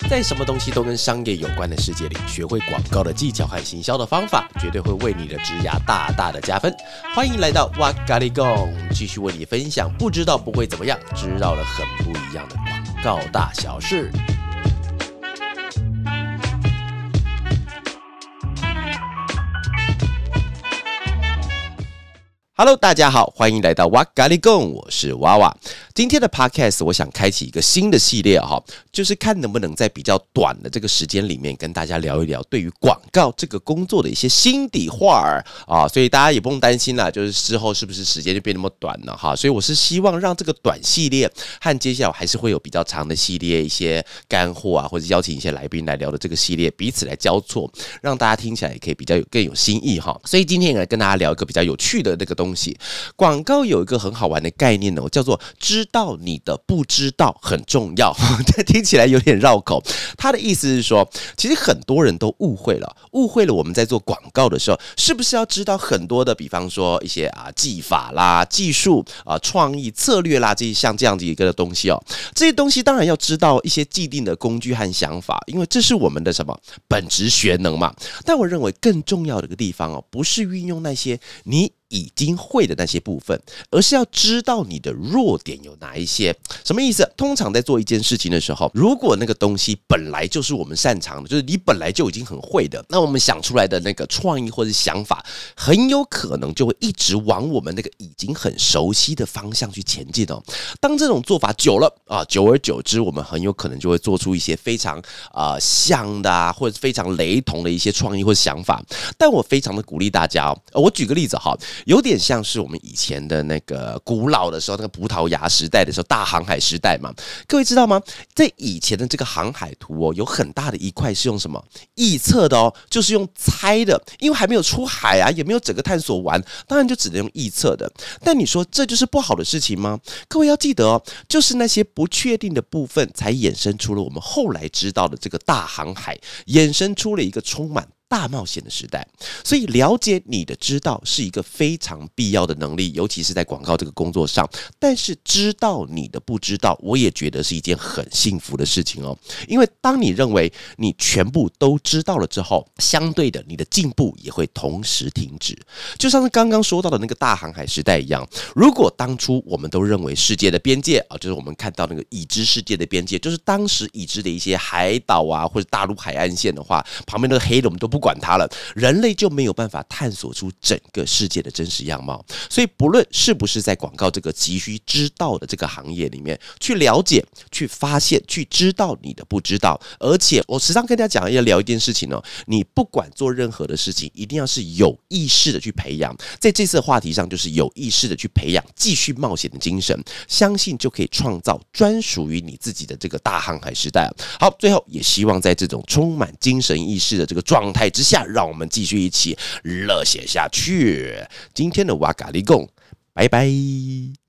在什么东西都跟商业有关的世界里，学会广告的技巧和行销的方法，绝对会为你的职涯大大的加分。欢迎来到哇咖哩贡，继续为你分享不知道不会怎么样，知道了很不一样的广告大小事。Hello， 大家好，欢迎来到哇咖哩贡，我是娃娃。今天的 Podcast 我想开启一个新的系列就是看能不能在比较短的这个时间里面跟大家聊一聊对于广告这个工作的一些心底话所以大家也不用担心啦，就是之后是不是时间就变那么短了所以我是希望让这个短系列和接下来还是会有比较长的系列一些干货或者邀请一些来宾来聊的这个系列彼此来交错，让大家听起来也可以比较更有新意所以今天也来跟大家聊一个比较有趣的那个东西。广告有一个很好玩的概念叫做知道你的不知道很重要听起来有点绕口。他的意思是说，其实很多人都误会了我们在做广告的时候是不是要知道很多的，比方说一些技法啦、技术创意策略啦，像这样子一个东西这些东西当然要知道一些既定的工具和想法，因为这是我们的什么本职学能嘛。但我认为更重要的一个地方不是运用那些你已经会的那些部分，而是要知道你的弱点有哪一些。什么意思？通常在做一件事情的时候，如果那个东西本来就是我们擅长的，就是你本来就已经很会的，那我们想出来的那个创意或者想法，很有可能就会一直往我们那个已经很熟悉的方向去前进当这种做法久了久而久之，我们很有可能就会做出一些非常像的或者非常雷同的一些创意或想法。但我非常的鼓励大家我举个例子有点像是我们以前的那个古老的时候，那个葡萄牙时代的时候，大航海时代嘛。各位知道吗？在以前的这个航海图有很大的一块是用什么臆测的就是用猜的，因为还没有出海也没有整个探索完，当然就只能用臆测的。但你说这就是不好的事情吗？各位要记得就是那些不确定的部分，才衍生出了我们后来知道的这个大航海，衍生出了一个充满大冒险的时代。所以了解你的知道是一个非常必要的能力，尤其是在广告这个工作上。但是知道你的不知道，我也觉得是一件很幸福的事情因为当你认为你全部都知道了之后，相对的你的进步也会同时停止。就像是刚刚说到的那个大航海时代一样，如果当初我们都认为世界的边界就是我们看到那个已知世界的边界就是当时已知的一些海岛或者大陆海岸线的话，旁边那个黑的我们都不管它了，人类就没有办法探索出整个世界的真实样貌。所以不论是不是在广告这个急需知道的这个行业里面，去了解、去发现、去知道你的不知道。而且我时常跟大家讲要聊一件事情你不管做任何的事情，一定要是有意识的去培养。在这次的话题上，就是有意识的去培养继续冒险的精神，相信就可以创造专属于你自己的这个大航海时代。好，最后也希望在这种充满精神意识的这个状态之下，让我们继续一起热血下去。今天的哇咖哩贡，拜拜。